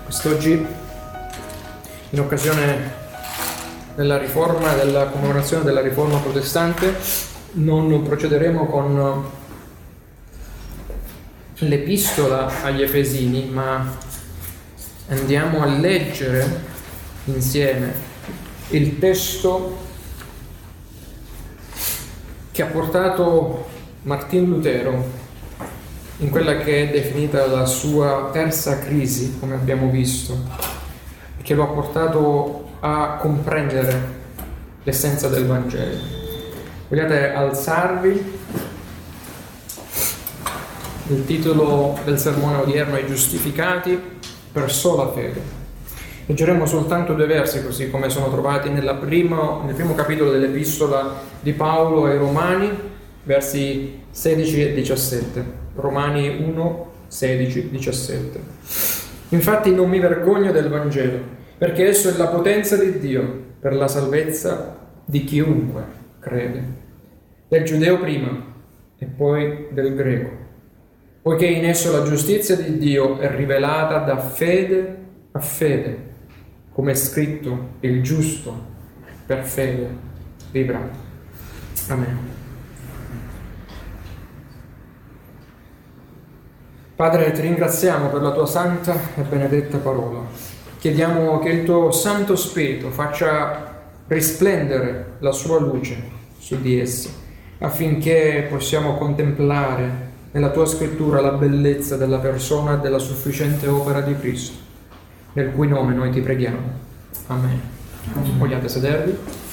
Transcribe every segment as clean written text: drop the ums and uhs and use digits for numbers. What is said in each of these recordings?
Quest'oggi, in occasione della riforma, della commemorazione della riforma protestante, non procederemo con l'epistola agli Efesini, ma andiamo a leggere insieme il testo che ha portato Martin Lutero in quella che è definita la sua terza crisi, come abbiamo visto, e che lo ha portato a comprendere l'essenza del Vangelo. Vogliate alzarvi? Il titolo del sermone odierno è Giustificati per sola fede. Leggeremo soltanto due versi, così come sono trovati nel primo capitolo dell'epistola di Paolo ai Romani, versi 16 e 17. Romani 1, 16, 17. Infatti non mi vergogno del Vangelo, perché esso è la potenza di Dio per la salvezza di chiunque crede, del giudeo prima e poi del greco, poiché in esso la giustizia di Dio è rivelata da fede a fede, come è scritto: il giusto per fede vivrà. Amen. Padre, ti ringraziamo per la tua santa e benedetta parola. Chiediamo che il tuo Santo Spirito faccia risplendere la sua luce su di essi, affinché possiamo contemplare nella tua scrittura la bellezza della persona e della sufficiente opera di Cristo, nel cui nome noi ti preghiamo. Amen. Vogliate sedervi?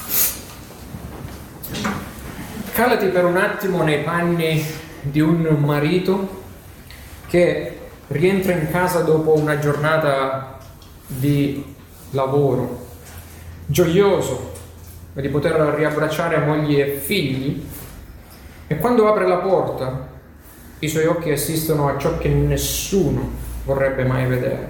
Calati per un attimo nei panni di un marito che rientra in casa dopo una giornata di lavoro, gioioso di poter riabbracciare moglie e figli, e quando apre la porta i suoi occhi assistono a ciò che nessuno vorrebbe mai vedere: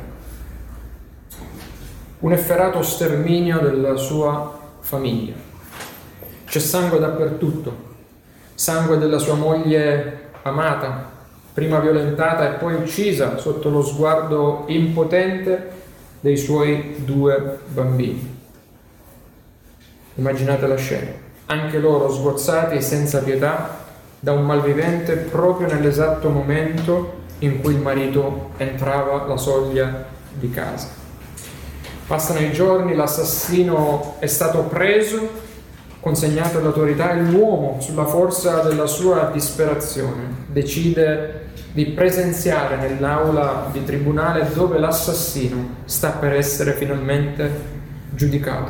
un efferato sterminio della sua famiglia. C'è sangue dappertutto, sangue della sua moglie amata, prima violentata e poi uccisa sotto lo sguardo impotente dei suoi 2 bambini. Immaginate la scena, anche loro sgozzati senza pietà da un malvivente proprio nell'esatto momento in cui il marito entrava la soglia di casa. Passano i giorni, l'assassino è stato preso, consegnato all'autorità, e l'uomo, sulla forza della sua disperazione, decide di presenziare nell'aula di tribunale dove l'assassino sta per essere finalmente giudicato.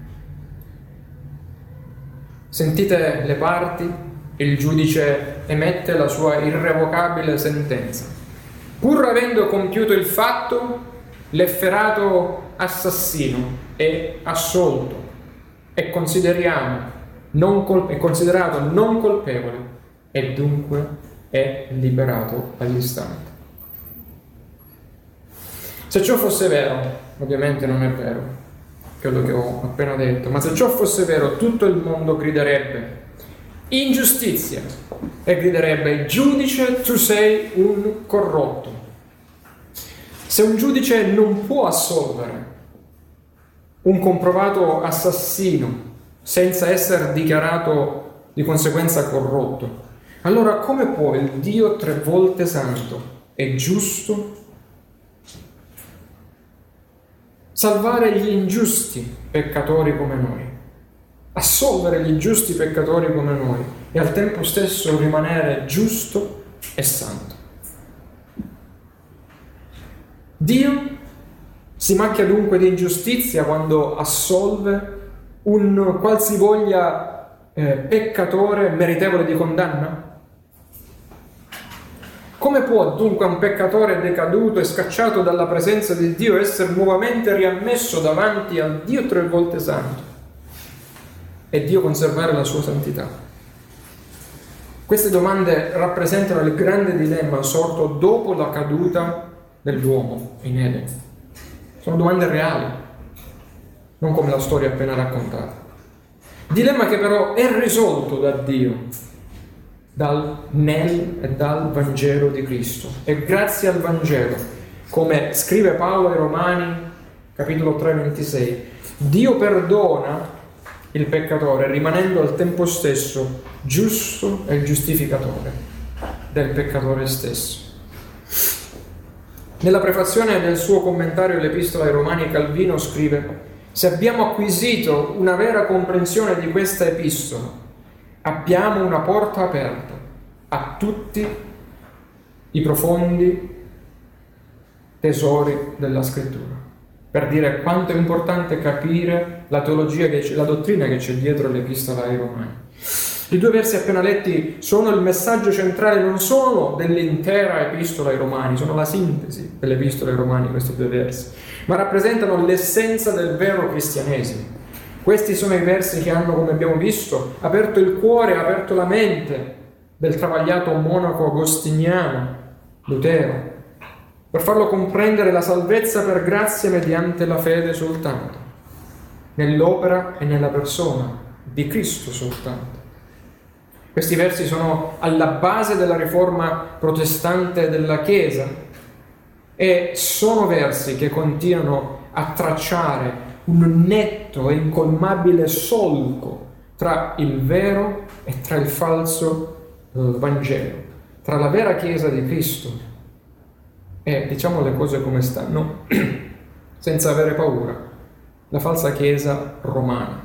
Sentite le parti, il giudice emette la sua irrevocabile sentenza. Pur avendo compiuto il fatto, l'efferato assassino è assolto e considerato non colpevole e dunque è liberato all'istante. Se ciò fosse vero, ovviamente non è vero quello che ho appena detto, ma se ciò fosse vero, tutto il mondo griderebbe ingiustizia e griderebbe: giudice, tu sei un corrotto. Se un giudice non può assolvere un comprovato assassino senza essere dichiarato di conseguenza corrotto, allora come può il Dio 3 volte santo e giusto salvare gli ingiusti peccatori come noi, assolvere gli ingiusti peccatori come noi e al tempo stesso rimanere giusto e santo? Dio si macchia dunque di ingiustizia quando assolve un qualsivoglia peccatore meritevole di condanna? Come può dunque un peccatore decaduto e scacciato dalla presenza di Dio essere nuovamente riammesso davanti al Dio 3 volte santo e Dio conservare la sua santità? Queste domande rappresentano il grande dilemma sorto dopo la caduta dell'uomo in Eden. Sono domande reali, non come la storia appena raccontata. Dilemma che però è risolto da Dio nel e dal Vangelo di Cristo. E grazie al Vangelo come scrive Paolo ai Romani, capitolo 3, 26. Dio perdona il peccatore, rimanendo al tempo stesso giusto e giustificatore del peccatore stesso. Nella prefazione del suo commentario all'Epistola ai Romani, Calvino scrive: se abbiamo acquisito una vera comprensione di questa epistola, abbiamo una porta aperta a tutti i profondi tesori della Scrittura, per dire quanto è importante capire la teologia, la dottrina che c'è dietro l'Epistola ai Romani. I due versi appena letti sono il messaggio centrale non solo dell'intera Epistola ai Romani, sono la sintesi dell'Epistola ai Romani questi due versi, ma rappresentano l'essenza del vero cristianesimo. Questi sono i versi che hanno, come abbiamo visto, aperto il cuore, aperto la mente del travagliato monaco agostiniano Lutero, per farlo comprendere la salvezza per grazia mediante la fede soltanto, nell'opera e nella persona di Cristo soltanto. Questi versi sono alla base della riforma protestante della Chiesa e sono versi che continuano a tracciare un netto e incolmabile solco tra il vero e tra il falso Vangelo, tra la vera Chiesa di Cristo e, diciamo le cose come stanno, senza avere paura, la falsa Chiesa romana.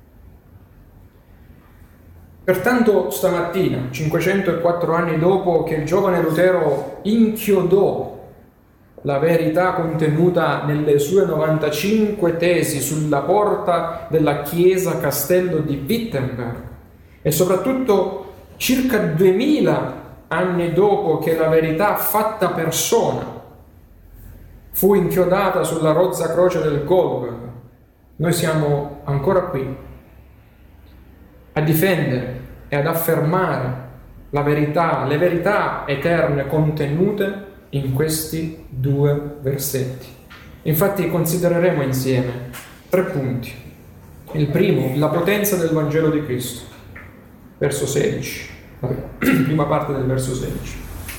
Pertanto stamattina, 504 anni dopo che il giovane Lutero inchiodò la verità contenuta nelle sue 95 tesi sulla porta della chiesa castello di Wittenberg, e soprattutto circa 2000 anni dopo che la verità fatta persona fu inchiodata sulla rozza croce del Golgotha, noi siamo ancora qui a difendere e ad affermare la verità, le verità eterne contenute in questi due versetti. Infatti considereremo insieme 3 punti. Il primo, la potenza del Vangelo di Cristo, verso 16, la prima parte del verso 16.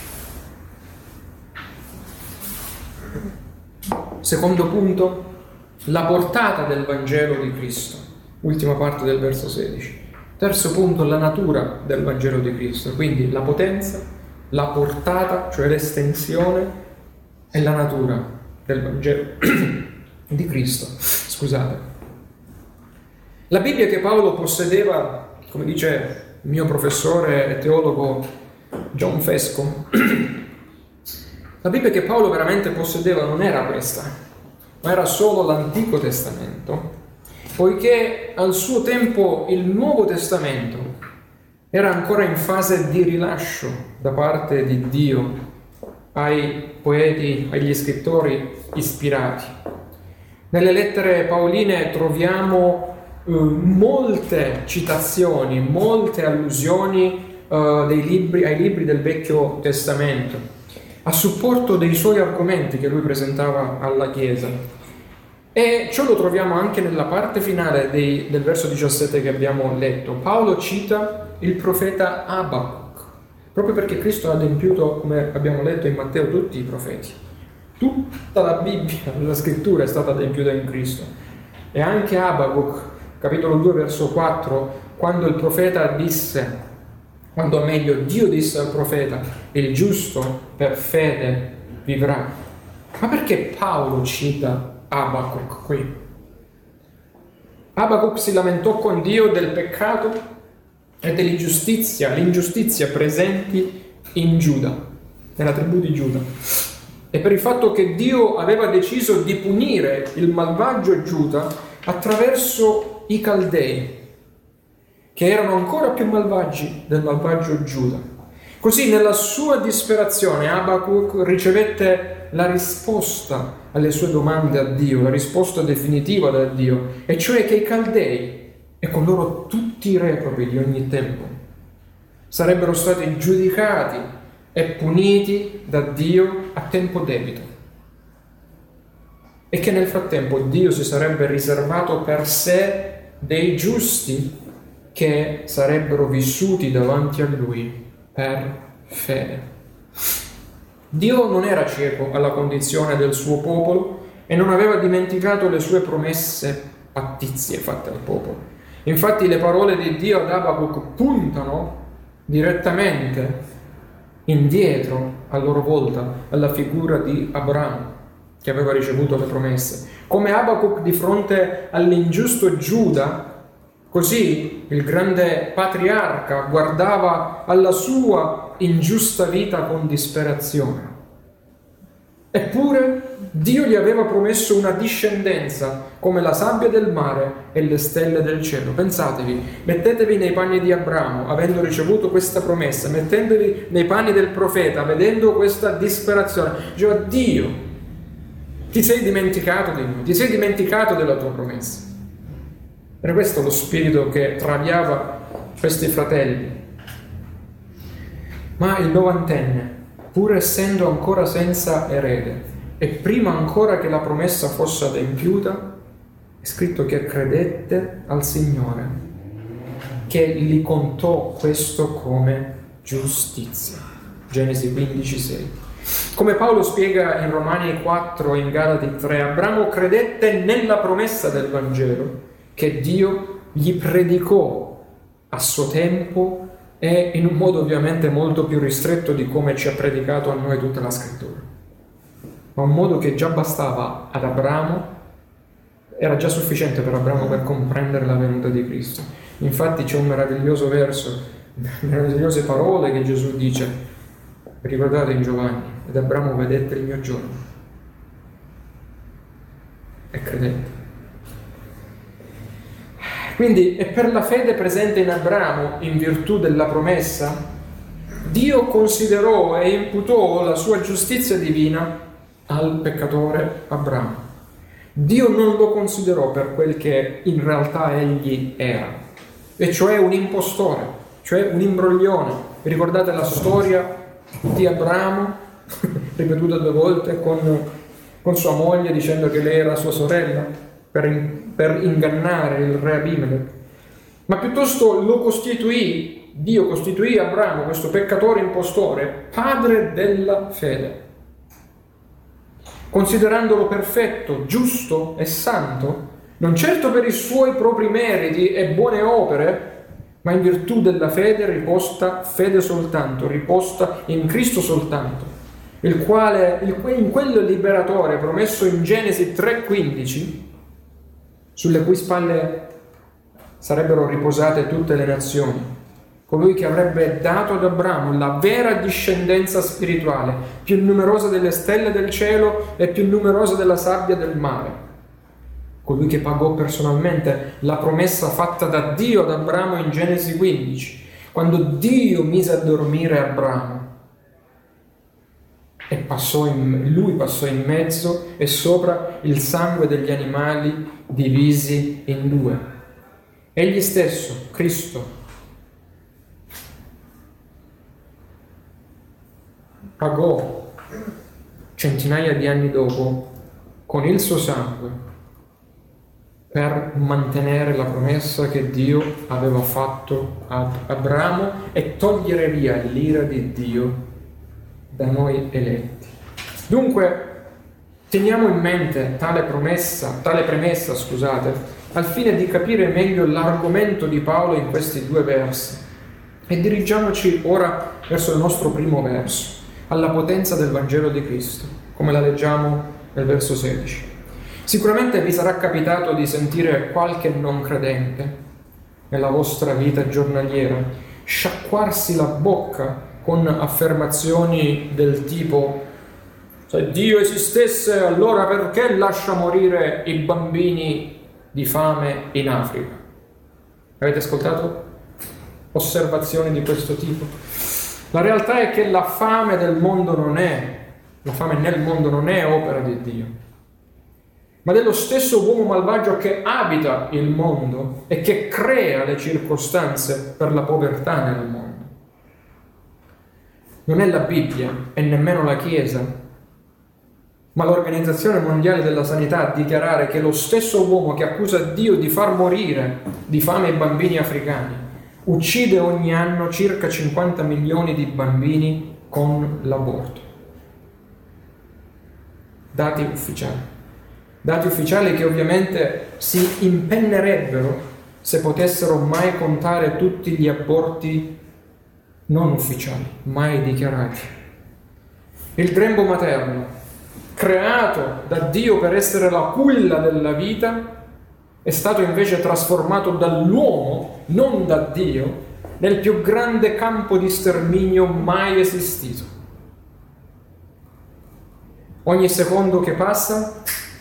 Secondo punto, la portata del Vangelo di Cristo, ultima parte del verso 16. Terzo punto, la natura del Vangelo di Cristo, quindi la potenza, la portata, cioè l'estensione, e la natura del Vangelo di Cristo. Scusate. La Bibbia che Paolo possedeva, come dice il mio professore e teologo John Fesco, la Bibbia che Paolo veramente possedeva non era questa, ma era solo l'Antico Testamento, poiché al suo tempo il Nuovo Testamento era ancora in fase di rilascio da parte di Dio ai poeti, agli scrittori ispirati. Nelle lettere paoline troviamo molte citazioni, molte allusioni ai libri del Vecchio Testamento, a supporto dei suoi argomenti che lui presentava alla Chiesa. E ciò lo troviamo anche nella parte finale del verso 17 che abbiamo letto. Paolo cita il profeta Abacuc, proprio perché Cristo ha adempiuto, come abbiamo letto in Matteo, tutti i profeti. Tutta la Bibbia, la scrittura è stata adempiuta in Cristo. E anche Abacuc, capitolo 2, verso 4, quando il profeta disse, quando meglio Dio disse al profeta, il giusto per fede vivrà. Ma perché Paolo cita Abacuc qui? Abacuc si lamentò con Dio del peccato e l'ingiustizia presenti in Giuda, nella tribù di Giuda, e per il fatto che Dio aveva deciso di punire il malvagio Giuda attraverso i Caldei, che erano ancora più malvagi del malvagio Giuda. Così nella sua disperazione Abacuc ricevette la risposta alle sue domande a Dio, la risposta definitiva da Dio, e cioè che i Caldei, e con loro tutti i reprobi di ogni tempo, sarebbero stati giudicati e puniti da Dio a tempo debito, e che nel frattempo Dio si sarebbe riservato per sé dei giusti che sarebbero vissuti davanti a Lui per fede. Dio non era cieco alla condizione del suo popolo e non aveva dimenticato le sue promesse pattizie fatte al popolo. Infatti le parole di Dio ad Abacuc puntano direttamente indietro a loro volta alla figura di Abramo, che aveva ricevuto le promesse. Come Abacuc di fronte all'ingiusto Giuda, così il grande patriarca guardava alla sua ingiusta vita con disperazione. Eppure Dio gli aveva promesso una discendenza come la sabbia del mare e le stelle del cielo. Pensatevi, mettetevi nei panni di Abramo, avendo ricevuto questa promessa, mettetevi nei panni del profeta, vedendo questa disperazione. Dice, Dio, ti sei dimenticato di noi, ti sei dimenticato della tua promessa. Era questo lo spirito che traviava questi fratelli. Ma il novantenne, pur essendo ancora senza erede, e prima ancora che la promessa fosse adempiuta, è scritto che credette al Signore, che gli contò questo come giustizia. Genesi 15,6. Come Paolo spiega in Romani 4 e in Galati 3, Abramo credette nella promessa del Vangelo che Dio gli predicò a suo tempo e in un modo ovviamente molto più ristretto di come ci ha predicato a noi tutta la scrittura, ma un modo che già bastava ad Abramo, era già sufficiente per Abramo per comprendere la venuta di Cristo. Infatti c'è un meraviglioso verso, meravigliose parole che Gesù dice, ricordate in Giovanni, ed Abramo vedette il mio giorno e credette. Quindi è per la fede presente in Abramo, in virtù della promessa, Dio considerò e imputò la sua giustizia divina al peccatore Abramo. Dio non lo considerò per quel che in realtà egli era, e cioè un impostore, cioè un imbroglione. Vi ricordate la storia di Abramo, ripetuta 2 volte, con sua moglie dicendo che lei era sua sorella? Per ingannare il re Abimelech, ma piuttosto Dio costituì Abramo, questo peccatore impostore, padre della fede, considerandolo perfetto, giusto e santo, non certo per i suoi propri meriti e buone opere, ma in virtù della fede riposta in Cristo soltanto, in quel liberatore promesso in Genesi 3,15, sulle cui spalle sarebbero riposate tutte le nazioni, colui che avrebbe dato ad Abramo la vera discendenza spirituale, più numerosa delle stelle del cielo e più numerosa della sabbia del mare, colui che pagò personalmente la promessa fatta da Dio ad Abramo in Genesi 15, quando Dio mise a dormire Abramo e lui passò in mezzo e sopra il sangue degli animali divisi in 2. Egli stesso, Cristo, pagò centinaia di anni dopo con il suo sangue per mantenere la promessa che Dio aveva fatto ad Abramo e togliere via l'ira di Dio da noi eletti. Dunque, teniamo in mente tale premessa, al fine di capire meglio l'argomento di Paolo in questi 2 versi. E dirigiamoci ora verso il nostro primo verso, alla potenza del Vangelo di Cristo, come la leggiamo nel verso 16. Sicuramente vi sarà capitato di sentire qualche non credente nella vostra vita giornaliera sciacquarsi la bocca con affermazioni del tipo: se Dio esistesse, allora perché lascia morire i bambini di fame in Africa? Avete ascoltato osservazioni di questo tipo? La realtà è che la fame nel mondo non è opera di Dio, ma dello stesso uomo malvagio che abita il mondo e che crea le circostanze per la povertà nel mondo. Non è la Bibbia e nemmeno la Chiesa, ma l'Organizzazione Mondiale della Sanità a dichiarare che lo stesso uomo che accusa Dio di far morire di fame i bambini africani uccide ogni anno circa 50 milioni di bambini con l'aborto. dati ufficiali che ovviamente si impennerebbero se potessero mai contare tutti gli aborti non ufficiali, mai dichiarati. Il grembo materno, creato da Dio per essere la culla della vita, è stato invece trasformato dall'uomo, non da Dio, nel più grande campo di sterminio mai esistito. Ogni secondo che passa,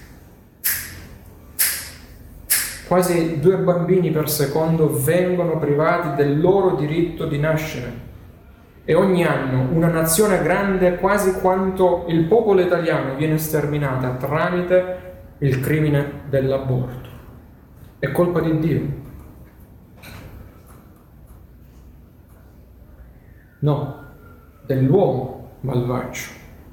quasi 2 bambini per secondo vengono privati del loro diritto di nascere. E ogni anno una nazione grande quasi quanto il popolo italiano viene sterminata tramite il crimine dell'aborto. È colpa di Dio? No, dell'uomo malvagio.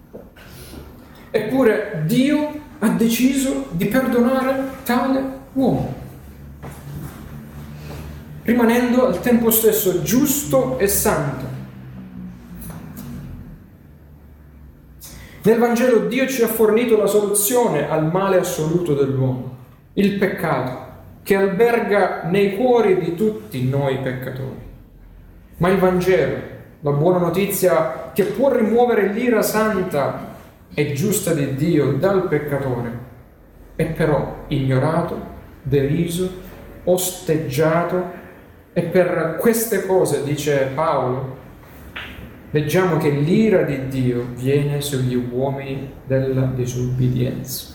Eppure Dio ha deciso di perdonare tale uomo, rimanendo al tempo stesso giusto e santo. Nel Vangelo Dio ci ha fornito la soluzione al male assoluto dell'uomo, il peccato, che alberga nei cuori di tutti noi peccatori. Ma il Vangelo, la buona notizia che può rimuovere l'ira santa e giusta di Dio dal peccatore, è però ignorato, deriso, osteggiato, e per queste cose, dice Paolo, leggiamo che l'ira di Dio viene sugli uomini della disubbidienza.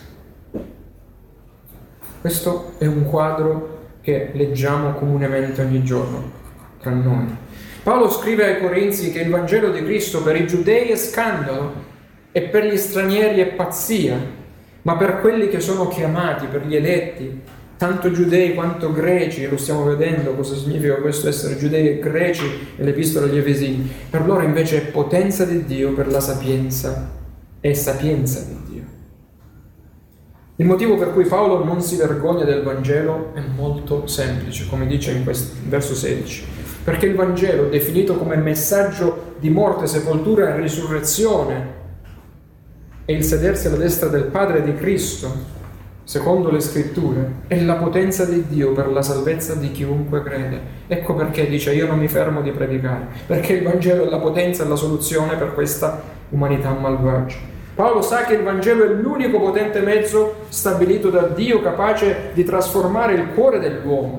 Questo è un quadro che leggiamo comunemente ogni giorno tra noi. Paolo scrive ai Corinzi che il Vangelo di Cristo per i giudei è scandalo e per gli stranieri è pazzia, ma per quelli che sono chiamati, per gli eletti, tanto giudei quanto greci, e lo stiamo vedendo cosa significa questo essere giudei e greci nell'Epistola agli Efesini, per loro invece è potenza di Dio per la sapienza e sapienza di Dio. Il motivo per cui Paolo non si vergogna del Vangelo è molto semplice, come dice in verso 16, perché il Vangelo, definito come messaggio di morte, sepoltura e risurrezione, e il sedersi alla destra del Padre di Cristo, secondo le Scritture, è la potenza di Dio per la salvezza di chiunque crede. Ecco perché dice: io non mi fermo di predicare, perché il Vangelo è la potenza e la soluzione per questa umanità malvagia. Paolo sa che il Vangelo è l'unico potente mezzo stabilito da Dio capace di trasformare il cuore dell'uomo.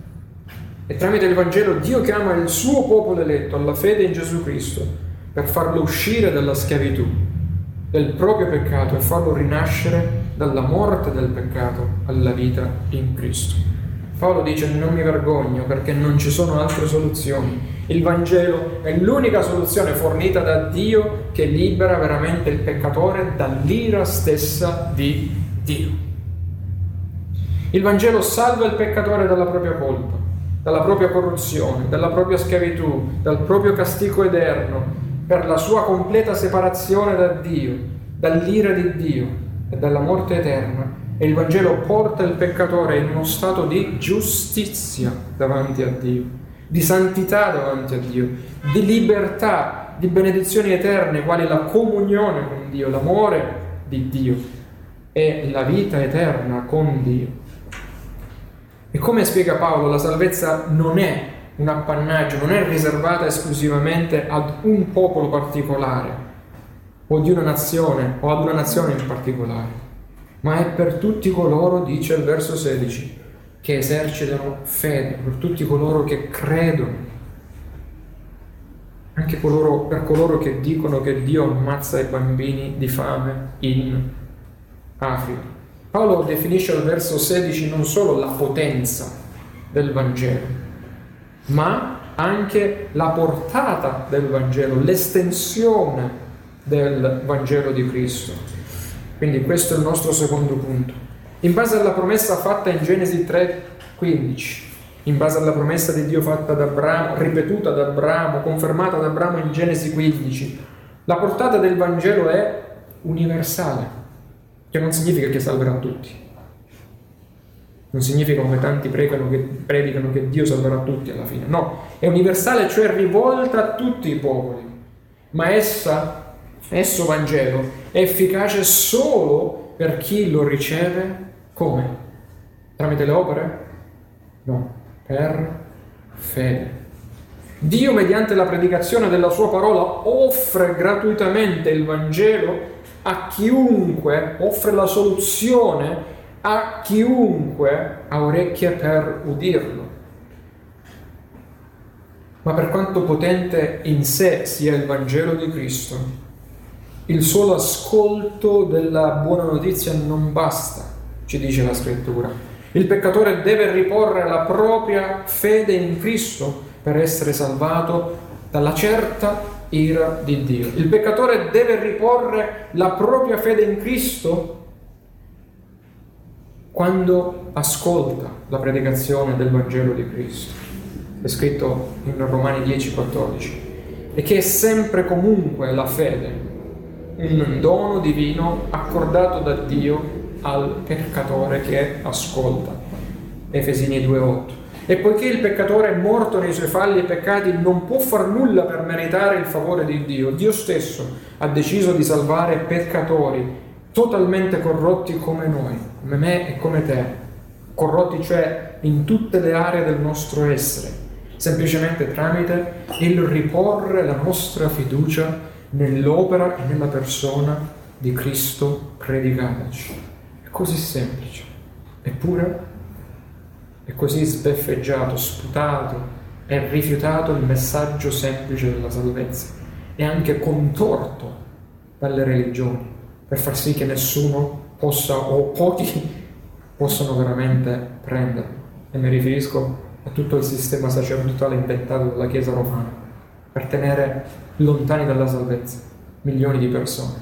E tramite il Vangelo Dio chiama il suo popolo eletto alla fede in Gesù Cristo per farlo uscire dalla schiavitù del proprio peccato e farlo rinascere dalla morte del peccato alla vita in Cristo. Paolo dice: non mi vergogno perché non ci sono altre soluzioni. Il Vangelo è l'unica soluzione fornita da Dio che libera veramente il peccatore dall'ira stessa di Dio. Il Vangelo salva il peccatore dalla propria colpa, dalla propria corruzione, dalla propria schiavitù, dal proprio castigo eterno, per la sua completa separazione da Dio, dall'ira di Dio e dalla morte eterna. E il Vangelo porta il peccatore in uno stato di giustizia davanti a Dio, di santità davanti a Dio, di libertà, di benedizioni eterne, quali la comunione con Dio, l'amore di Dio e la vita eterna con Dio. E come spiega Paolo, la salvezza non è un appannaggio, non è riservata esclusivamente ad un popolo particolare o di una nazione o ad una nazione in particolare, ma è per tutti coloro, dice il verso 16, che esercitano fede, per tutti coloro che credono, anche per coloro che dicono che Dio ammazza i bambini di fame in Africa. Paolo definisce al verso 16 non solo la potenza del Vangelo, ma anche la portata del Vangelo, l'estensione del Vangelo di Cristo. Quindi questo è il nostro secondo punto. In base alla promessa fatta in Genesi 3:15, in base alla promessa di Dio fatta ad Abramo, ripetuta da Abramo, confermata da Abramo in Genesi 15, la portata del Vangelo è universale, che non significa che salverà tutti. Non significa, come tanti predicano, che Dio salverà tutti alla fine. No, è universale, cioè rivolta a tutti i popoli, ma essa Esso Vangelo è efficace solo per chi lo riceve come? Tramite le opere? No, per fede. Dio, mediante la predicazione della sua parola, offre gratuitamente il Vangelo a chiunque, offre la soluzione a chiunque ha orecchie per udirlo. Ma per quanto potente in sé sia il Vangelo di Cristo, il solo ascolto della buona notizia non basta, ci dice la Scrittura. Il peccatore deve riporre la propria fede in Cristo per essere salvato dalla certa ira di Dio. Il peccatore deve riporre la propria fede in Cristo quando ascolta la predicazione del Vangelo di Cristo. È scritto in Romani 10,14. E che è sempre comunque la fede, un dono divino accordato da Dio al peccatore che ascolta. Efesini 2,8. E poiché il peccatore è morto nei suoi falli e peccati, non può far nulla per meritare il favore di Dio. Dio stesso ha deciso di salvare peccatori totalmente corrotti come noi, come me e come te, corrotti cioè in tutte le aree del nostro essere, semplicemente tramite il riporre la nostra fiducia nell'opera e nella persona di Cristo predicataci. È così semplice, eppure è così sbeffeggiato, sputato e rifiutato il messaggio semplice della salvezza e anche contorto dalle religioni per far sì che nessuno possa o pochi possano veramente prenderlo. E mi riferisco a tutto il sistema sacerdotale inventato dalla Chiesa romana per tenere lontani dalla salvezza milioni di persone.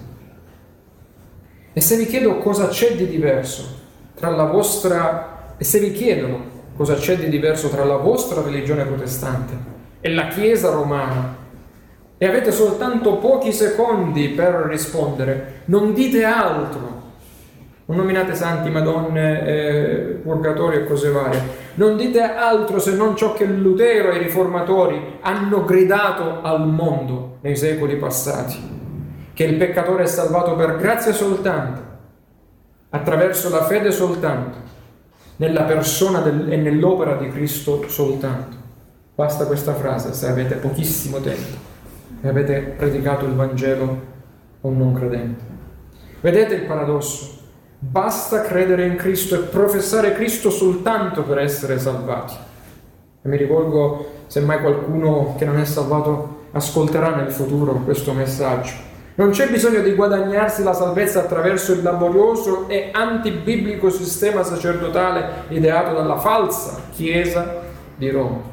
E se vi chiedo cosa c'è di diverso tra la vostra, e se vi chiedono cosa c'è di diverso tra la vostra religione protestante e la Chiesa romana, e avete soltanto pochi secondi per rispondere, non dite altro. Non nominate santi, madonne, purgatorio e cose varie. Non dite altro se non ciò che Lutero e i riformatori hanno gridato al mondo nei secoli passati, che il peccatore è salvato per grazia soltanto, attraverso la fede soltanto, nella persona e nell'opera di Cristo soltanto. Basta questa frase se avete pochissimo tempo e avete predicato il Vangelo a un non credente. Vedete il paradosso? Basta credere in Cristo e professare Cristo soltanto per essere salvati. E mi rivolgo, semmai qualcuno che non è salvato ascolterà nel futuro questo messaggio. Non c'è bisogno di guadagnarsi la salvezza attraverso il laborioso e antibiblico sistema sacerdotale ideato dalla falsa Chiesa di Roma.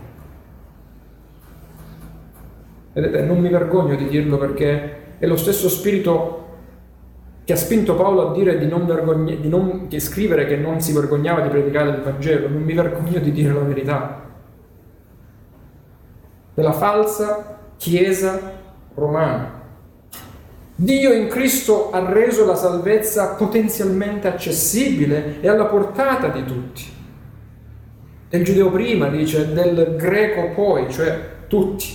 Vedete, non mi vergogno di dirlo perché è lo stesso spirito che ha spinto Paolo a dire di scrivere che non si vergognava di predicare il Vangelo. Non mi vergogno di dire la verità. Della falsa Chiesa romana. Dio in Cristo ha reso la salvezza potenzialmente accessibile e alla portata di tutti. Del giudeo prima, dice, del greco poi, cioè tutti.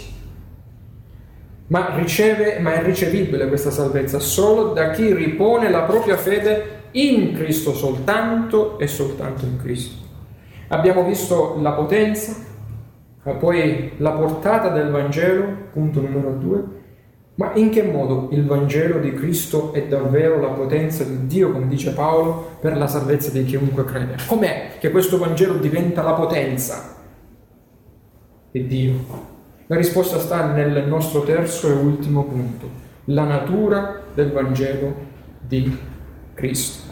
Ma è ricevibile questa salvezza solo da chi ripone la propria fede in Cristo soltanto e soltanto in Cristo. Abbiamo visto la potenza, ma poi la portata del Vangelo, punto numero 2. Ma in che modo il Vangelo di Cristo è davvero la potenza di Dio, come dice Paolo, per la salvezza di chiunque crede? Com'è che questo Vangelo diventa la potenza di Dio? La risposta sta nel nostro terzo e ultimo punto, la natura del Vangelo di Cristo,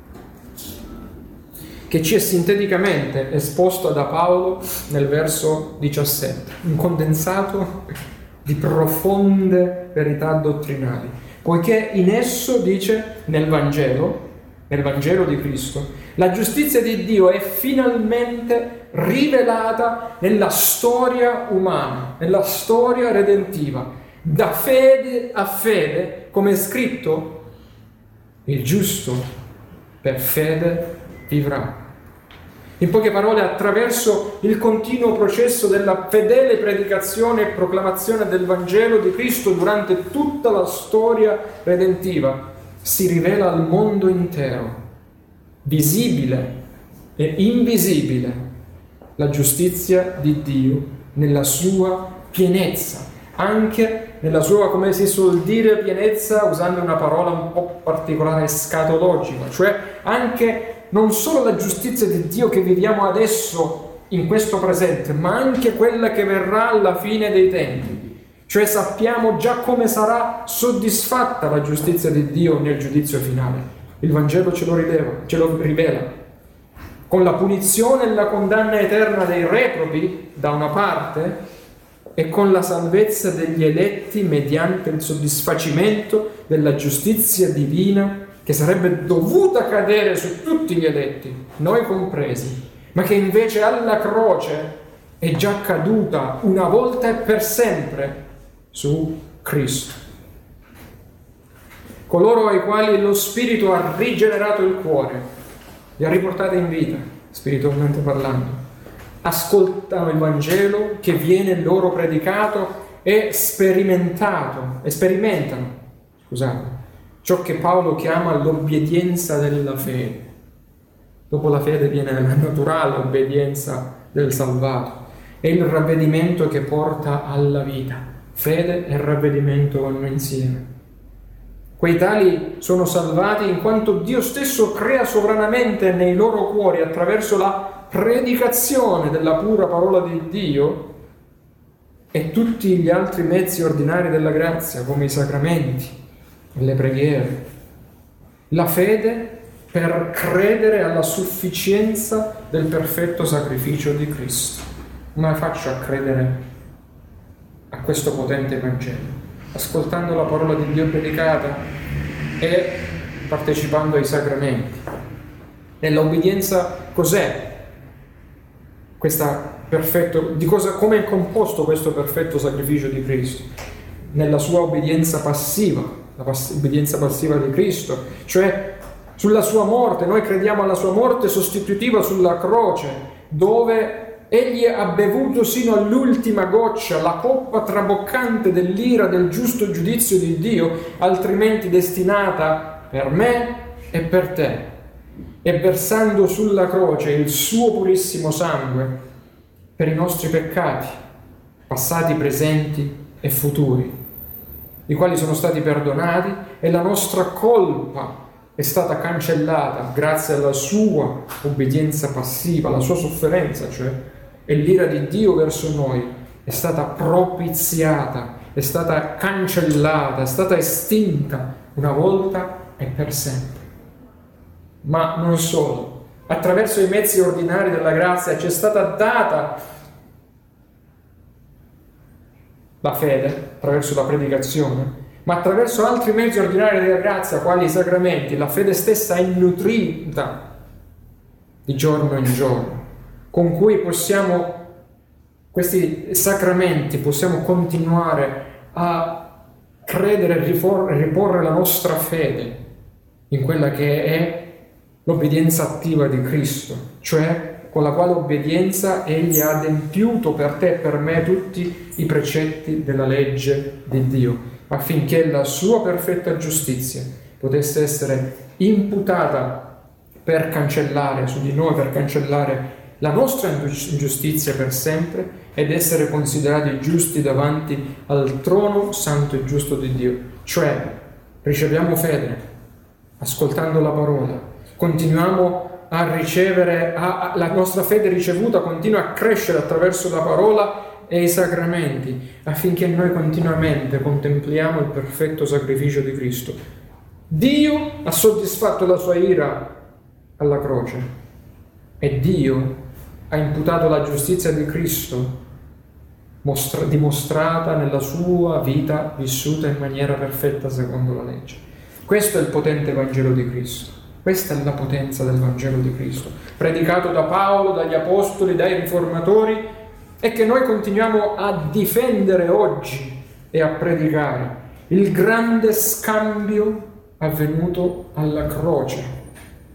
che ci è sinteticamente esposta da Paolo nel verso 17, un condensato di profonde verità dottrinali, poiché in esso, dice, nel Vangelo di Cristo, la giustizia di Dio è finalmente rivelata nella storia umana, nella storia redentiva, da fede a fede, come è scritto, il giusto per fede vivrà. In poche parole, attraverso il continuo processo della fedele predicazione e proclamazione del Vangelo di Cristo durante tutta la storia redentiva, si rivela al mondo intero, visibile e invisibile, la giustizia di Dio nella sua pienezza, anche nella sua, come si suol dire, pienezza, usando una parola un po' particolare, escatologica, cioè anche non solo la giustizia di Dio che viviamo adesso in questo presente, ma anche quella che verrà alla fine dei tempi. Cioè sappiamo già come sarà soddisfatta la giustizia di Dio nel giudizio finale. Il Vangelo ce lo rivela. Con la punizione e la condanna eterna dei reprobi da una parte e con la salvezza degli eletti mediante il soddisfacimento della giustizia divina che sarebbe dovuta cadere su tutti gli eletti, noi compresi, ma che invece alla croce è già caduta una volta e per sempre su Cristo. Coloro ai quali lo Spirito ha rigenerato il cuore, li ha riportati in vita, spiritualmente parlando, ascoltano il Vangelo che viene loro predicato e sperimentano ciò che Paolo chiama l'obbedienza della fede. Dopo la fede viene la naturale obbedienza del salvato. È il ravvedimento che porta alla vita. Fede e ravvedimento vanno insieme. Quei tali sono salvati in quanto Dio stesso crea sovranamente nei loro cuori, attraverso la predicazione della pura parola di Dio e tutti gli altri mezzi ordinari della grazia, come i sacramenti, le preghiere, la fede per credere alla sufficienza del perfetto sacrificio di Cristo. Come faccio a credere a questo potente Vangelo? Ascoltando la parola di Dio predicata e partecipando ai sacramenti. Nell'obbedienza cos'è come è composto questo perfetto sacrificio di Cristo? Nella sua obbedienza passiva, obbedienza passiva di Cristo, cioè sulla sua morte. Noi crediamo alla sua morte sostitutiva sulla croce, dove egli ha bevuto sino all'ultima goccia la coppa traboccante dell'ira del giusto giudizio di Dio, altrimenti destinata per me e per te, e versando sulla croce il suo purissimo sangue per i nostri peccati, passati, presenti e futuri, i quali sono stati perdonati, e la nostra colpa è stata cancellata grazie alla sua obbedienza passiva, alla sua sofferenza, cioè, e l'ira di Dio verso noi è stata propiziata, è stata cancellata, è stata estinta una volta e per sempre. Ma non solo, attraverso i mezzi ordinari della grazia ci è stata data la fede, attraverso la predicazione, ma attraverso altri mezzi ordinari della grazia, quali i sacramenti, la fede stessa è nutrita di giorno in giorno, con cui questi sacramenti possiamo continuare a credere e riporre la nostra fede in quella che è l'obbedienza attiva di Cristo, cioè con la quale obbedienza egli ha adempiuto per te e per me tutti i precetti della legge di Dio, affinché la sua perfetta giustizia potesse essere imputata per cancellare su di noi, per cancellare la nostra ingiustizia per sempre, ed essere considerati giusti davanti al trono santo e giusto di Dio. Cioè riceviamo fede ascoltando la parola, continuiamo a ricevere, la nostra fede ricevuta continua a crescere attraverso la parola e i sacramenti, affinché noi continuamente contempliamo il perfetto sacrificio di Cristo. Dio ha soddisfatto la sua ira alla croce e Dio ha imputato la giustizia di Cristo dimostrata nella sua vita vissuta in maniera perfetta secondo la legge. Questo è il potente Vangelo di Cristo. Questa è la potenza del Vangelo di Cristo, predicato da Paolo, dagli Apostoli, dai riformatori, e che noi continuiamo a difendere oggi e a predicare. Il grande scambio avvenuto alla croce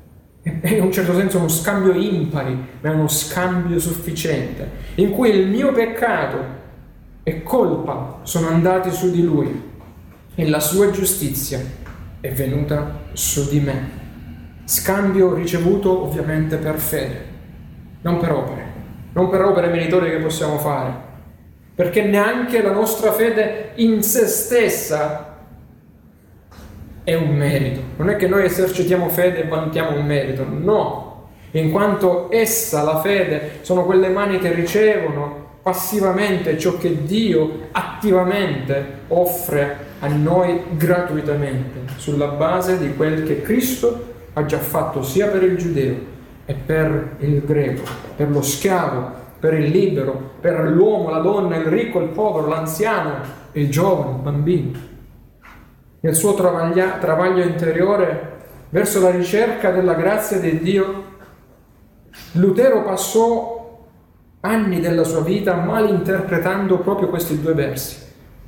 è in un certo senso uno scambio impari, ma è uno scambio sufficiente, in cui il mio peccato e colpa sono andati su di lui e la sua giustizia è venuta su di me. Scambio ricevuto ovviamente per fede, non per opere meritorie che possiamo fare, perché neanche la nostra fede in se stessa è un merito. Non è che noi esercitiamo fede e vantiamo un merito, no, in quanto essa, la fede, sono quelle mani che ricevono passivamente ciò che Dio attivamente offre a noi gratuitamente, sulla base di quel che Cristo ha già fatto sia per il giudeo e per il greco, per lo schiavo, per il libero, per l'uomo, la donna, il ricco, il povero, l'anziano, il giovane, il bambino. Nel suo travaglio interiore verso la ricerca della grazia di Dio, Lutero passò anni della sua vita malinterpretando proprio questi due versi.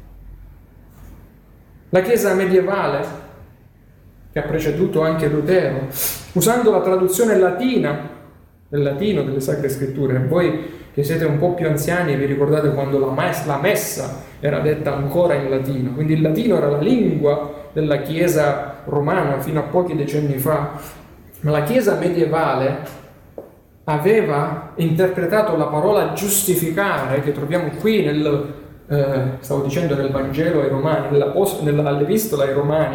La Chiesa medievale, che ha preceduto anche Lutero, usando la traduzione latina, del latino delle Sacre Scritture, voi che siete un po' più anziani vi ricordate quando la messa era detta ancora in latino, quindi il latino era la lingua della Chiesa romana fino a pochi decenni fa, ma la Chiesa medievale aveva interpretato la parola giustificare, che troviamo qui nel Vangelo ai Romani, nell'Epistola ai Romani,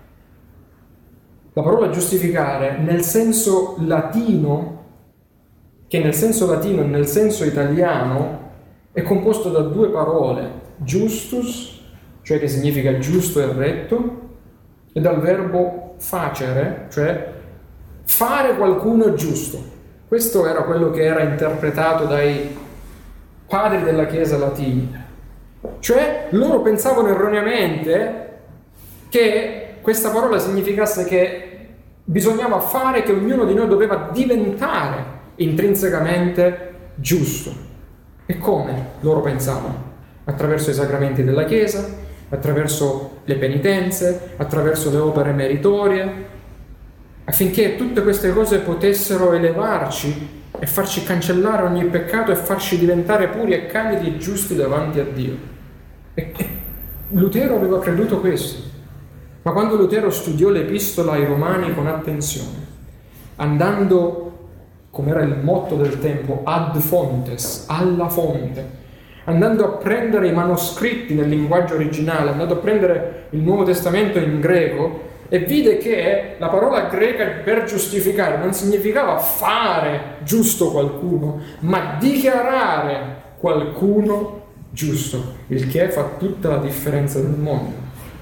la parola giustificare nel senso latino, che nel senso latino e nel senso italiano è composto da due parole, justus, cioè che significa giusto e retto, e dal verbo facere, cioè fare qualcuno giusto. Questo era quello che era interpretato dai padri della Chiesa latini. Cioè, loro pensavano erroneamente che questa parola significasse che bisognava fare, che ognuno di noi doveva diventare intrinsecamente giusto. E come loro pensavano? Attraverso i sacramenti della Chiesa, attraverso le penitenze, attraverso le opere meritorie, affinché tutte queste cose potessero elevarci e farci cancellare ogni peccato e farci diventare puri e candidi e giusti davanti a Dio. E Lutero aveva creduto questo. Ma quando Lutero studiò l'Epistola ai Romani con attenzione, andando, come era il motto del tempo, ad fontes, alla fonte, andando a prendere i manoscritti nel linguaggio originale, andando a prendere il Nuovo Testamento in greco, e vide che la parola greca per giustificare non significava fare giusto qualcuno, ma dichiarare qualcuno giusto, il che fa tutta la differenza del mondo.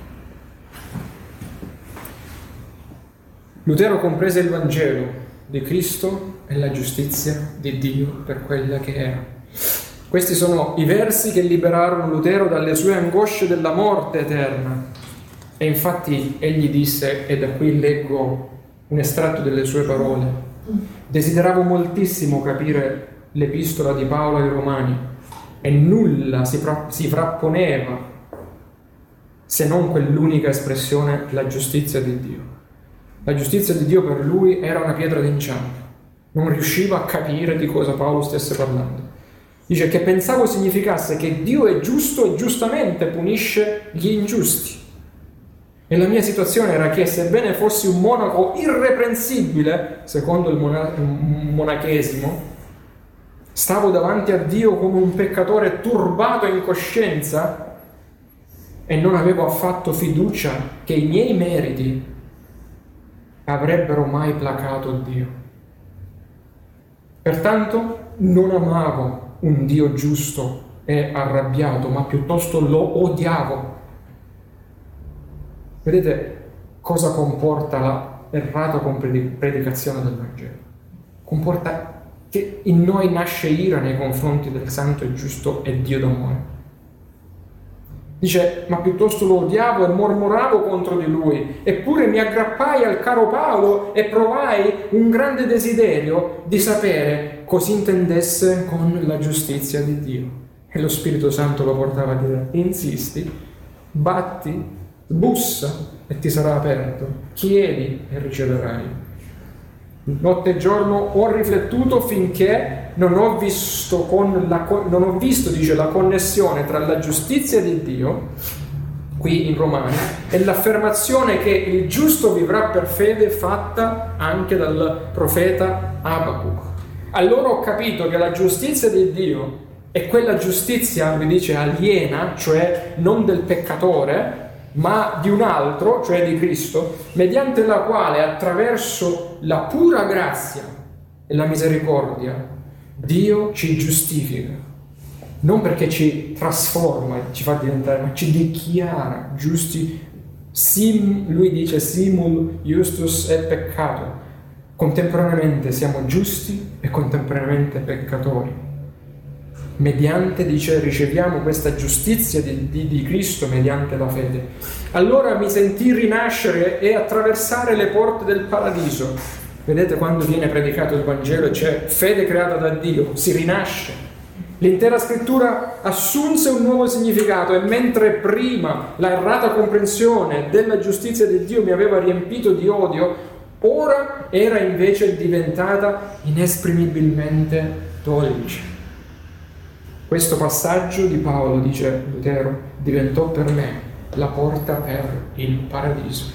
Lutero comprese il Vangelo di Cristo e la giustizia di Dio per quella che era. Questi sono i versi che liberarono Lutero dalle sue angosce della morte eterna. E infatti egli disse, e da qui leggo un estratto delle sue parole: desideravo moltissimo capire l'epistola di Paolo ai Romani e nulla si frapponeva se non quell'unica espressione, la giustizia di Dio. La giustizia di Dio per lui era una pietra d'inciampo, non riusciva a capire di cosa Paolo stesse parlando. Dice che pensavo significasse che Dio è giusto e giustamente punisce gli ingiusti. E la mia situazione era che, sebbene fossi un monaco irreprensibile, secondo il monachesimo, stavo davanti a Dio come un peccatore turbato in coscienza e non avevo affatto fiducia che i miei meriti avrebbero mai placato Dio. Pertanto non amavo un Dio giusto e arrabbiato, ma piuttosto lo odiavo. Vedete cosa comporta la errata predicazione del Vangelo? Comporta che in noi nasce ira nei confronti del santo e giusto e Dio d'amore. Dice, ma piuttosto lo odiavo e mormoravo contro di lui, eppure mi aggrappai al caro Paolo e provai un grande desiderio di sapere cosa intendesse con la giustizia di Dio. E lo Spirito Santo lo portava a dire, insisti, batti, bussa e ti sarà aperto, chiedi e riceverai. Notte e giorno ho riflettuto finché non ho visto, dice, la connessione tra la giustizia di Dio, qui in Romani, e l'affermazione che il giusto vivrà per fede fatta anche dal profeta Abacuc. Allora ho capito che la giustizia di Dio è quella giustizia, lui dice, aliena, cioè non del peccatore, ma di un altro, cioè di Cristo, mediante la quale attraverso la pura grazia e la misericordia Dio ci giustifica. Non perché ci trasforma, ci fa diventare, ma ci dichiara giusti. Lui dice simul justus et peccator. Contemporaneamente siamo giusti e contemporaneamente peccatori. Mediante, dice, riceviamo questa giustizia di Cristo mediante la fede. Allora mi sentii rinascere e attraversare le porte del paradiso. Vedete, quando viene predicato il Vangelo e c'è fede creata da Dio, si rinasce. L'intera scrittura assunse un nuovo significato e mentre prima la errata comprensione della giustizia di Dio mi aveva riempito di odio, ora era invece diventata inesprimibilmente dolce. Questo passaggio di Paolo, dice Lutero, diventò per me la porta per il paradiso.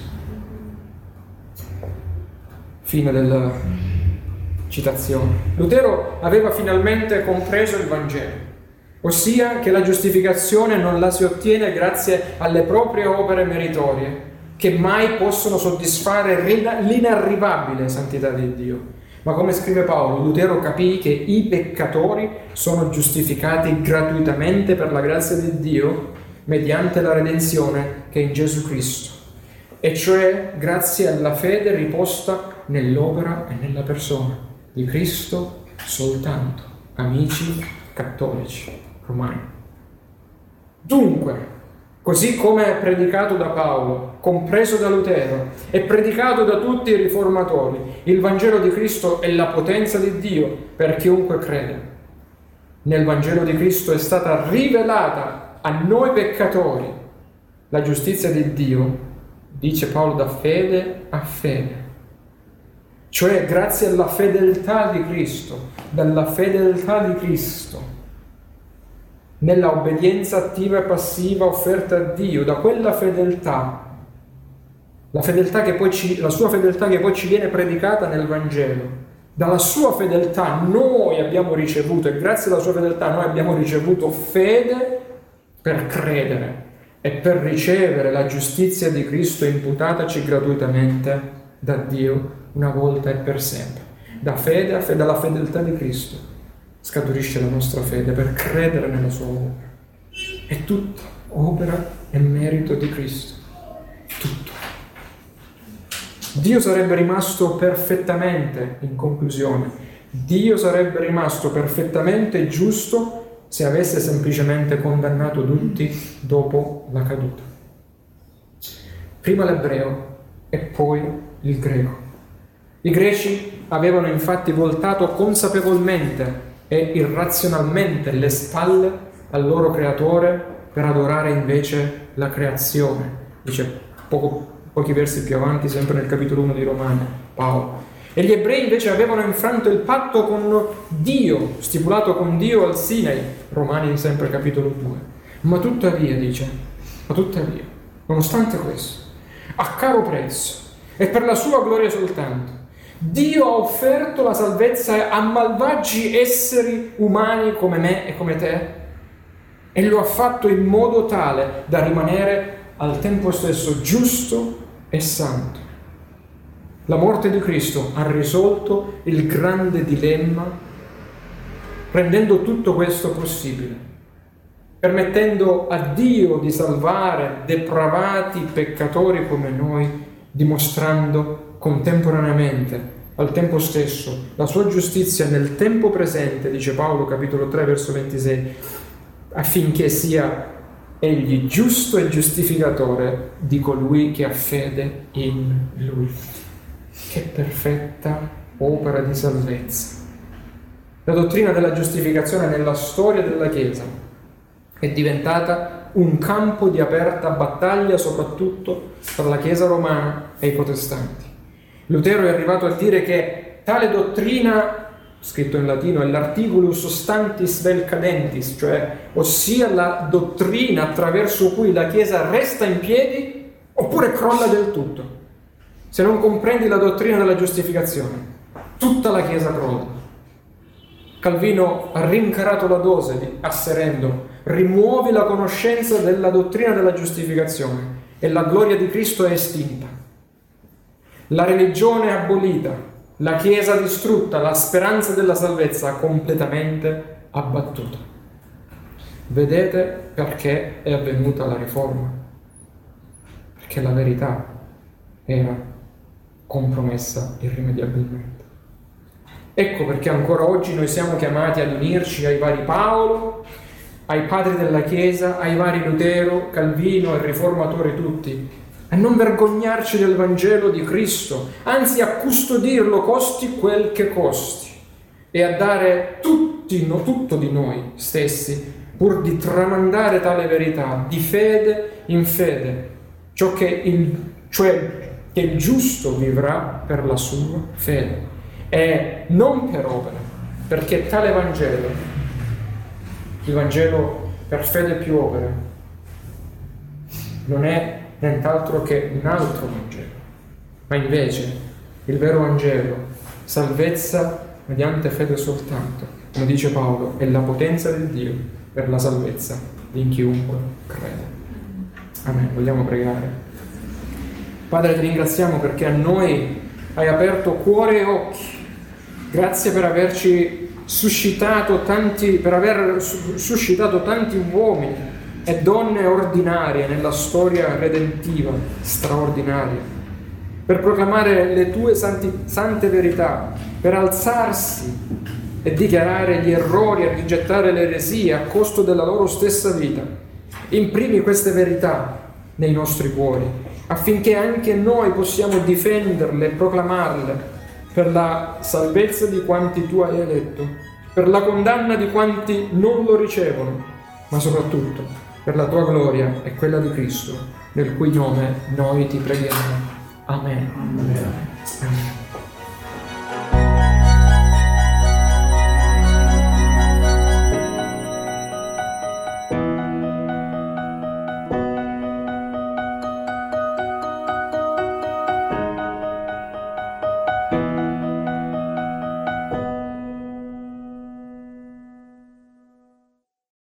Fine della citazione. Lutero aveva finalmente compreso il Vangelo, ossia che la giustificazione non la si ottiene grazie alle proprie opere meritorie, che mai possono soddisfare l'inarrivabile santità di Dio. Ma come scrive Paolo, Lutero capì che i peccatori sono giustificati gratuitamente per la grazia di Dio mediante la redenzione che è in Gesù Cristo, e cioè grazie alla fede riposta nell'opera e nella persona di Cristo soltanto, amici cattolici romani. Dunque, così come è predicato da Paolo, compreso da Lutero e predicato da tutti i riformatori, il Vangelo di Cristo è la potenza di Dio per chiunque crede. Nel Vangelo di Cristo è stata rivelata a noi peccatori la giustizia di Dio, dice Paolo, da fede a fede. Cioè grazie alla fedeltà di Cristo, dalla fedeltà di Cristo, nella obbedienza attiva e passiva offerta a Dio, da quella fedeltà, la sua fedeltà che poi ci viene predicata nel Vangelo, dalla sua fedeltà noi abbiamo ricevuto, e grazie alla sua fedeltà noi abbiamo ricevuto fede per credere e per ricevere la giustizia di Cristo imputataci gratuitamente da Dio una volta e per sempre. Dalla fedeltà di Cristo scaturisce la nostra fede per credere nella sua opera. È tutto opera e merito di Cristo. Tutto. Dio sarebbe rimasto perfettamente, in conclusione, Dio sarebbe rimasto perfettamente giusto se avesse semplicemente condannato tutti dopo la caduta. Prima l'ebreo e poi il greco. I greci avevano infatti voltato consapevolmente e irrazionalmente le spalle al loro creatore per adorare invece la creazione. Dice pochi versi più avanti, sempre nel capitolo 1 di Romani, Paolo. E gli ebrei invece avevano infranto il patto con Dio, stipulato con Dio al Sinai, Romani sempre capitolo 2. Ma tuttavia, nonostante questo, a caro prezzo e per la sua gloria soltanto, Dio ha offerto la salvezza a malvagi esseri umani come me e come te, e lo ha fatto in modo tale da rimanere al tempo stesso giusto e santo. La morte di Cristo ha risolto il grande dilemma, rendendo tutto questo possibile, permettendo a Dio di salvare depravati peccatori come noi, dimostrando contemporaneamente, al tempo stesso, la sua giustizia nel tempo presente, dice Paolo, capitolo 3, verso 26, affinché sia egli giusto e giustificatore di colui che ha fede in lui. Che perfetta opera di salvezza! La dottrina della giustificazione nella storia della Chiesa è diventata un campo di aperta battaglia soprattutto tra la Chiesa romana e i protestanti. Lutero è arrivato a dire che tale dottrina, scritto in latino, è l'articulus stantis vel cadentis, cioè ossia la dottrina attraverso cui la Chiesa resta in piedi oppure crolla del tutto. Se non comprendi la dottrina della giustificazione, tutta la Chiesa crolla. Calvino ha rincarato la dose asserendo: rimuovi la conoscenza della dottrina della giustificazione e la gloria di Cristo è estinta. La religione è abolita, la Chiesa distrutta, la speranza della salvezza completamente abbattuta. Vedete perché è avvenuta la riforma? Perché la verità era compromessa irrimediabilmente. Ecco perché ancora oggi noi siamo chiamati ad unirci ai vari Paolo, ai padri della Chiesa, ai vari Lutero, Calvino e riformatori tutti, a non vergognarci del Vangelo di Cristo, anzi a custodirlo costi quel che costi, e a dare tutto di noi stessi pur di tramandare tale verità di fede in fede, cioè che il giusto vivrà per la sua fede e non per opera, perché tale Vangelo, il Vangelo per fede più opere, non è nient'altro che un altro Vangelo, ma invece il vero Vangelo, salvezza mediante fede soltanto, come dice Paolo, è la potenza di Dio per la salvezza di chiunque crede. Amen. Vogliamo pregare. Padre, ti ringraziamo perché a noi hai aperto cuore e occhi. Grazie per averci suscitato tanti uomini e donne ordinarie nella storia redentiva straordinaria, per proclamare le tue sante verità, per alzarsi e dichiarare gli errori e rigettare le eresie a costo della loro stessa vita. Imprimi queste verità nei nostri cuori, affinché anche noi possiamo difenderle e proclamarle per la salvezza di quanti tu hai eletto, per la condanna di quanti non lo ricevono, ma soprattutto per la tua gloria e quella di Cristo, nel cui nome noi ti preghiamo. Amen. Amen. Amen.